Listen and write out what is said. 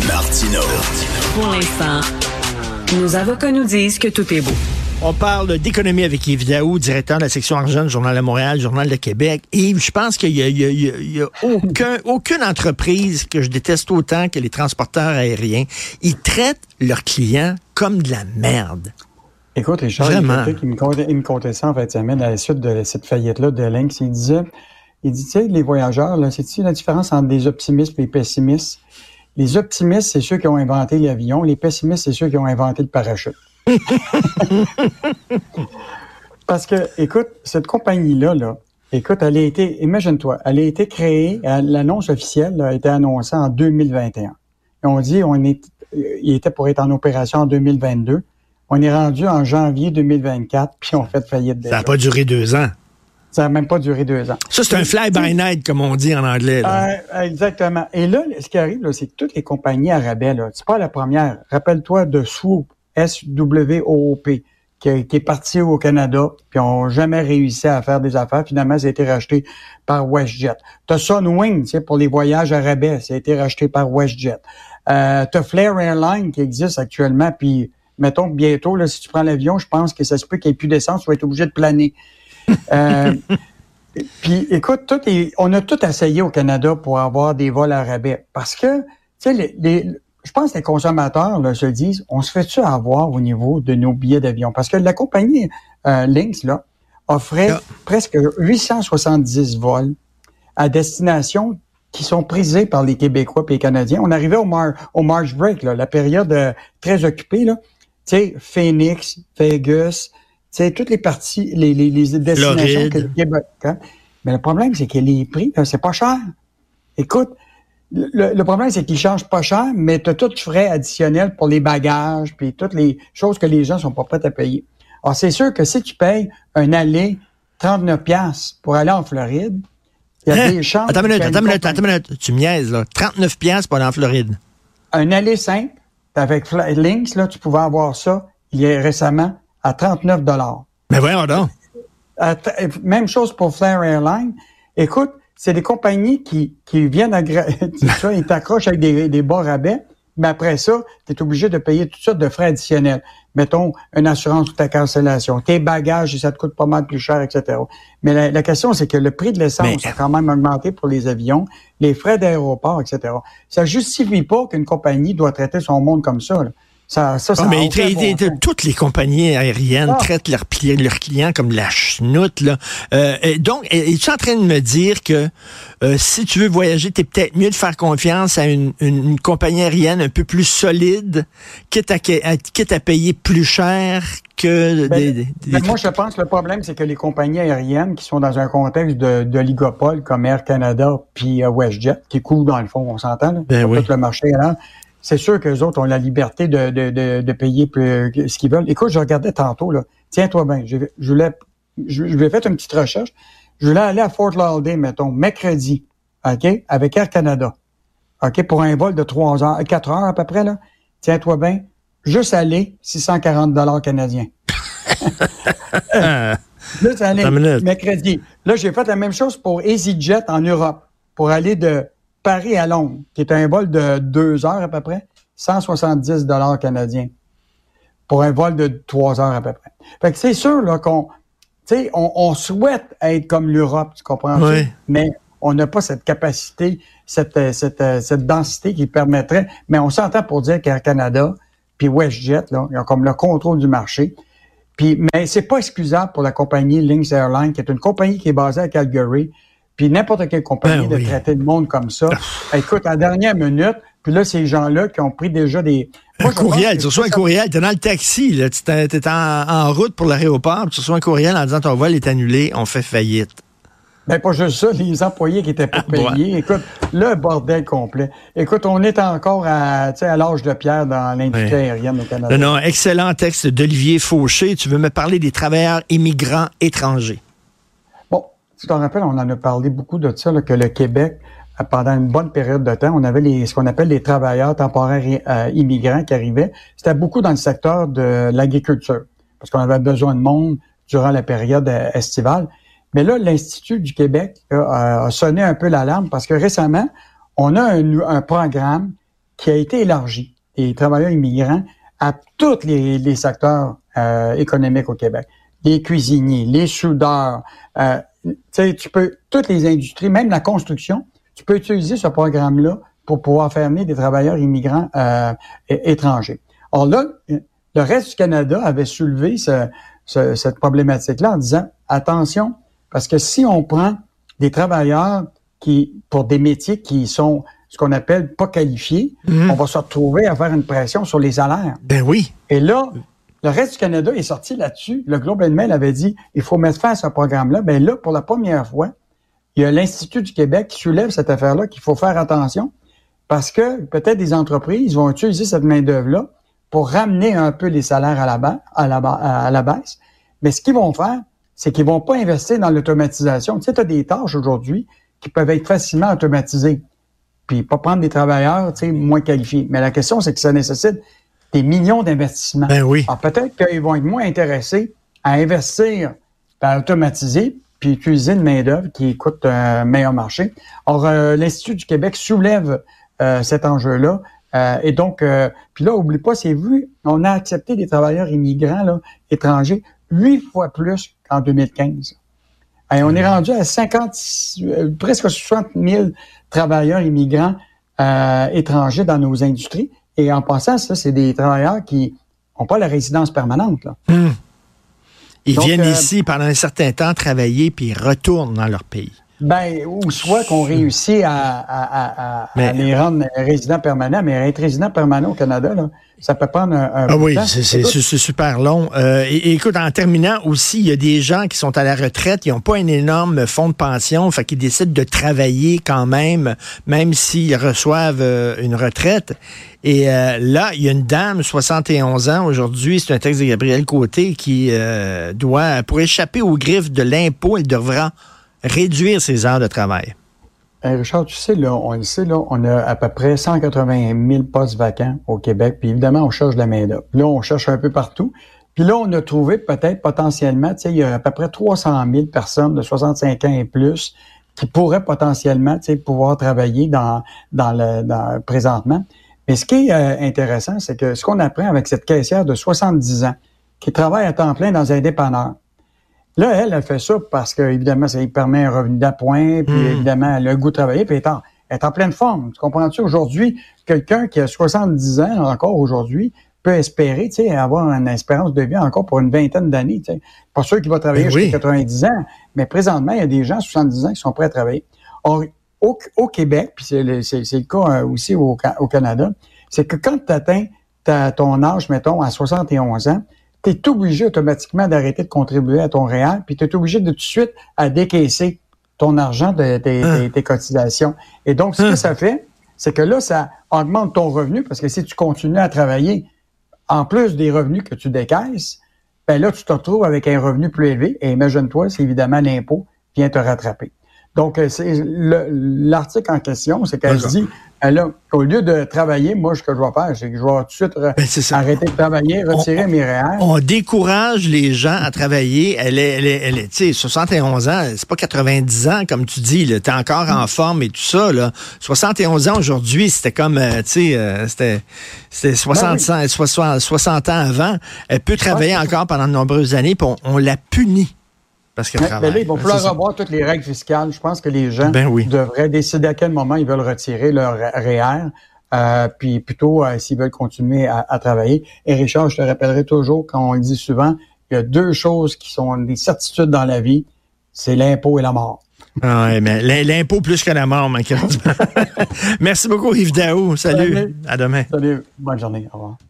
Martino. Pour l'instant, nos avocats nous disent que tout est beau. On parle d'économie avec Yves Daou, directeur de la section argent du Journal de Montréal, Journal de Québec. Yves, je pense qu'il y a aucune entreprise que je déteste autant que les transporteurs aériens. Ils traitent leurs clients comme de la merde. Écoute, Richard, Vraiment. il me contait ça en fait, semaine à la suite de cette faillite-là de Lynx. Il dit, tu sais, les voyageurs, là, c'est-tu la différence entre des optimistes et les pessimistes? Les optimistes, c'est ceux qui ont inventé l'avion. Les pessimistes, c'est ceux qui ont inventé le parachute. Parce que, écoute, cette compagnie-là, écoute, imagine-toi, elle a été créée, l'annonce officielle a été annoncée en 2021. Et on dit, il était pour être en opération en 2022. On est rendu en janvier 2024, puis on fait faillite déjà. Ça n'a pas duré 2 ans. Ça n'a même pas duré 2 ans. Ça, c'est un fly-by-night, comme on dit en anglais. Exactement. Et là, ce qui arrive, là, c'est que toutes les compagnies à rabais, là, c'est pas la première. Rappelle-toi de Swoop, S-W-O-O-P, qui est parti au Canada, puis ont jamais réussi à faire des affaires. Finalement, ça a été racheté par WestJet. T'as Sunwing, tu sais, pour les voyages à rabais, ça a été racheté par WestJet. T'as Flair Airlines qui existe actuellement, puis mettons bientôt, là, si tu prends l'avion, je pense que ça se peut qu'il n'y ait plus d'essence, tu vas être obligé de planer. Puis, écoute, on a tout essayé au Canada pour avoir des vols à rabais. Parce que, tu sais, je pense que les consommateurs là, se disent, on se fait-tu avoir au niveau de nos billets d'avion? Parce que la compagnie Lynx, là, offrait presque 870 vols à destination qui sont prisés par les Québécois et les Canadiens. On arrivait au March Break, là, la période très occupée, là. Tu sais, Phoenix, Vegas, tu sais, toutes les parties, les destinations que le Québec. Hein? Mais le problème, c'est que les prix, là, c'est pas cher. Écoute, le problème, c'est qu'ils changent pas cher, mais tu as tout frais additionnels pour les bagages, puis toutes les choses que les gens sont pas prêts à payer. Alors, c'est sûr que si tu payes un aller 39$ pour aller en Floride, il y a des chances... Attends une minute. Tu me niaises, là. 39$ pour aller en Floride. Un aller simple, avec Lynx, là, tu pouvais avoir ça, il y a récemment, à 39$. Mais voyons donc. Même chose pour Flair Airlines. Écoute, c'est des compagnies qui viennent ils t'accrochent avec des bas rabais, mais après ça, tu es obligé de payer toutes sortes de frais additionnels. Mettons, une assurance pour ta cancellation, tes bagages, ça te coûte pas mal plus cher, etc. Mais la question, c'est que le prix de l'essence a quand même augmenté pour les avions, les frais d'aéroport, etc. Ça justifie pas qu'une compagnie doit traiter son monde comme ça, là. Toutes les compagnies aériennes traitent leurs clients comme de la chenoute, là. Donc, es-tu en train de me dire que si tu veux voyager, t'es peut-être mieux de faire confiance à une compagnie aérienne un peu plus solide, quitte à payer plus cher que moi, je pense que le problème, c'est que les compagnies aériennes qui sont dans un contexte d'oligopole comme Air Canada puis WestJet, qui coulent dans le fond, on s'entend, là, tout le marché là. C'est sûr qu'eux autres ont la liberté de payer plus, ce qu'ils veulent. Écoute, je regardais tantôt, là. Tiens-toi bien. Je vais faire une petite recherche. Je voulais aller à Fort Lauderdale, mettons, mercredi. OK? Avec Air Canada. OK? Pour un vol de 4 heures à peu près, là. Tiens-toi bien. Juste aller, $640 canadiens. Juste aller, mercredi. Là, j'ai fait la même chose pour EasyJet en Europe. Pour aller de Paris à Londres, qui est un vol de 2 heures à peu près, $170 canadiens pour un vol de 3 heures à peu près. Fait que c'est sûr là on souhaite être comme l'Europe, tu comprends? Oui. Mais on n'a pas cette capacité, cette densité qui permettrait. Mais on s'entend pour dire qu'Air Canada puis WestJet, là, ils ont comme le contrôle du marché. Mais c'est pas excusable pour la compagnie Lynx Airlines, qui est une compagnie qui est basée à Calgary. Puis n'importe quelle compagnie de traiter le monde comme ça. Écoute, à la dernière minute, puis là, ces gens-là qui ont pris déjà des... Un courriel, tu reçois un courriel, t'es dans le taxi, là, t'es en route pour l'aéroport, tu reçois un courriel en disant ton vol est annulé, on fait faillite. Ben pas juste ça, les employés qui étaient pas payés. Écoute, le bordel complet. Écoute, on est encore à l'âge de pierre dans l'industrie aérienne au Canada. Non, excellent texte d'Olivier Fauché. Tu veux me parler des travailleurs immigrants étrangers? Tu t'en rappelles, on en a parlé beaucoup de ça, là, que le Québec, pendant une bonne période de temps, on avait ce qu'on appelle les travailleurs temporaires immigrants qui arrivaient. C'était beaucoup dans le secteur de l'agriculture, parce qu'on avait besoin de monde durant la période estivale. Mais là, l'Institut du Québec a sonné un peu l'alarme parce que récemment, on a un programme qui a été élargie, des travailleurs immigrants, à tous les secteurs économiques au Québec. Les cuisiniers, les soudeurs, tu peux, toutes les industries, même la construction, tu peux utiliser ce programme-là pour pouvoir faire venir des travailleurs immigrants étrangers. Or là, le reste du Canada avait soulevé cette problématique-là en disant, attention, parce que si on prend des travailleurs pour des métiers qui sont ce qu'on appelle pas qualifiés, on va se retrouver à faire une pression sur les salaires. Ben oui. Et là, le reste du Canada est sorti là-dessus. Le Globe and Mail avait dit, il faut mettre fin à ce programme-là. Ben là, pour la première fois, il y a l'Institut du Québec qui soulève cette affaire-là, qu'il faut faire attention, parce que peut-être des entreprises vont utiliser cette main-d'œuvre-là pour ramener un peu les salaires à la baisse. Mais ce qu'ils vont faire, c'est qu'ils vont pas investir dans l'automatisation. Tu sais, tu as des tâches aujourd'hui qui peuvent être facilement automatisées, puis pas prendre des travailleurs, tu sais, moins qualifiés. Mais la question, c'est que ça nécessite des millions d'investissements. Ben oui. Alors peut-être qu'ils vont être moins intéressés à investir, à automatiser, puis utiliser une main-d'œuvre qui coûte un meilleur marché. Or, l'Institut du Québec soulève cet enjeu-là. Et donc, puis là, oublie pas, c'est vu, on a accepté des travailleurs immigrants là, étrangers 8 fois plus qu'en 2015. Et on est rendu à presque 60 000 travailleurs immigrants étrangers dans nos industries. Et en passant, ça, c'est des travailleurs qui n'ont pas la résidence permanente. Là. Ils viennent ici pendant un certain temps travailler, puis ils retournent dans leur pays. Ben, ou soit qu'on réussit à les rendre résidents permanents, mais être résident permanent au Canada, là, ça peut prendre un bout de temps. C'est super long. Et écoute, en terminant aussi, il y a des gens qui sont à la retraite, ils n'ont pas un énorme fonds de pension, fait qu'ils décident de travailler quand même s'ils reçoivent une retraite. Et là, il y a une dame, 71 ans aujourd'hui, c'est un texte de Gabriel Côté, qui pour échapper aux griffes de l'impôt, elle devra réduire ses heures de travail. Richard, tu sais, là, on le sait, là, on a à peu près 180 000 postes vacants au Québec, puis évidemment, on cherche de la main-d'œuvre. Là, on cherche un peu partout. Puis là, on a trouvé peut-être potentiellement, tu sais, il y a à peu près 300 000 personnes de 65 ans et plus qui pourraient potentiellement, tu sais, pouvoir travailler présentement. Mais ce qui est intéressant, c'est que ce qu'on apprend avec cette caissière de 70 ans qui travaille à temps plein dans un dépanneur. Là, elle fait ça parce que, évidemment, ça lui permet un revenu d'appoint, puis évidemment, elle a le goût de travailler, puis elle est en pleine forme. Tu comprends-tu? Aujourd'hui, quelqu'un qui a 70 ans, encore aujourd'hui, peut espérer, tu sais, avoir une espérance de vie encore pour une vingtaine d'années, tu sais. Pas sûr qu'il va travailler jusqu'à 90 ans, mais présentement, il y a des gens à 70 ans qui sont prêts à travailler. Or, au Québec, puis c'est le cas aussi au Canada, c'est que quand tu atteins ton âge, mettons, à 71 ans, tu es obligé automatiquement d'arrêter de contribuer à ton REER, puis tu es obligé de tout de suite à décaisser ton argent de tes cotisations. Et donc, ce que ça fait, c'est que là, ça augmente ton revenu, parce que si tu continues à travailler, en plus des revenus que tu décaisses, ben là, tu te retrouves avec un revenu plus élevé, et imagine-toi, c'est évidemment l'impôt vient te rattraper. Donc, c'est l'article en question, c'est qu'elle se dit, là, au lieu de travailler, moi, ce que je vais faire, c'est que je vais tout de suite arrêter de travailler, retirer mes REER. On décourage les gens à travailler. Elle est, tu sais, 71 ans, c'est pas 90 ans, comme tu dis, là, t'es encore en forme et tout ça, là. 71 ans aujourd'hui, c'était comme, tu sais, c'était 60 ans avant. Elle peut travailler encore pendant de nombreuses années, puis on la punit. Parce qu'elle travaille. Là, ils vont falloir revoir toutes les règles fiscales. Je pense que les gens devraient décider à quel moment ils veulent retirer leur REER, puis plutôt s'ils veulent continuer à travailler. Et Richard, je te rappellerai toujours, quand on le dit souvent, il y a deux choses qui sont des certitudes dans la vie, c'est l'impôt et la mort. Oui, mais l'impôt plus que la mort, ma carte. Merci beaucoup, Yves Daou. Salut. À demain. Salut. Bonne journée. Au revoir.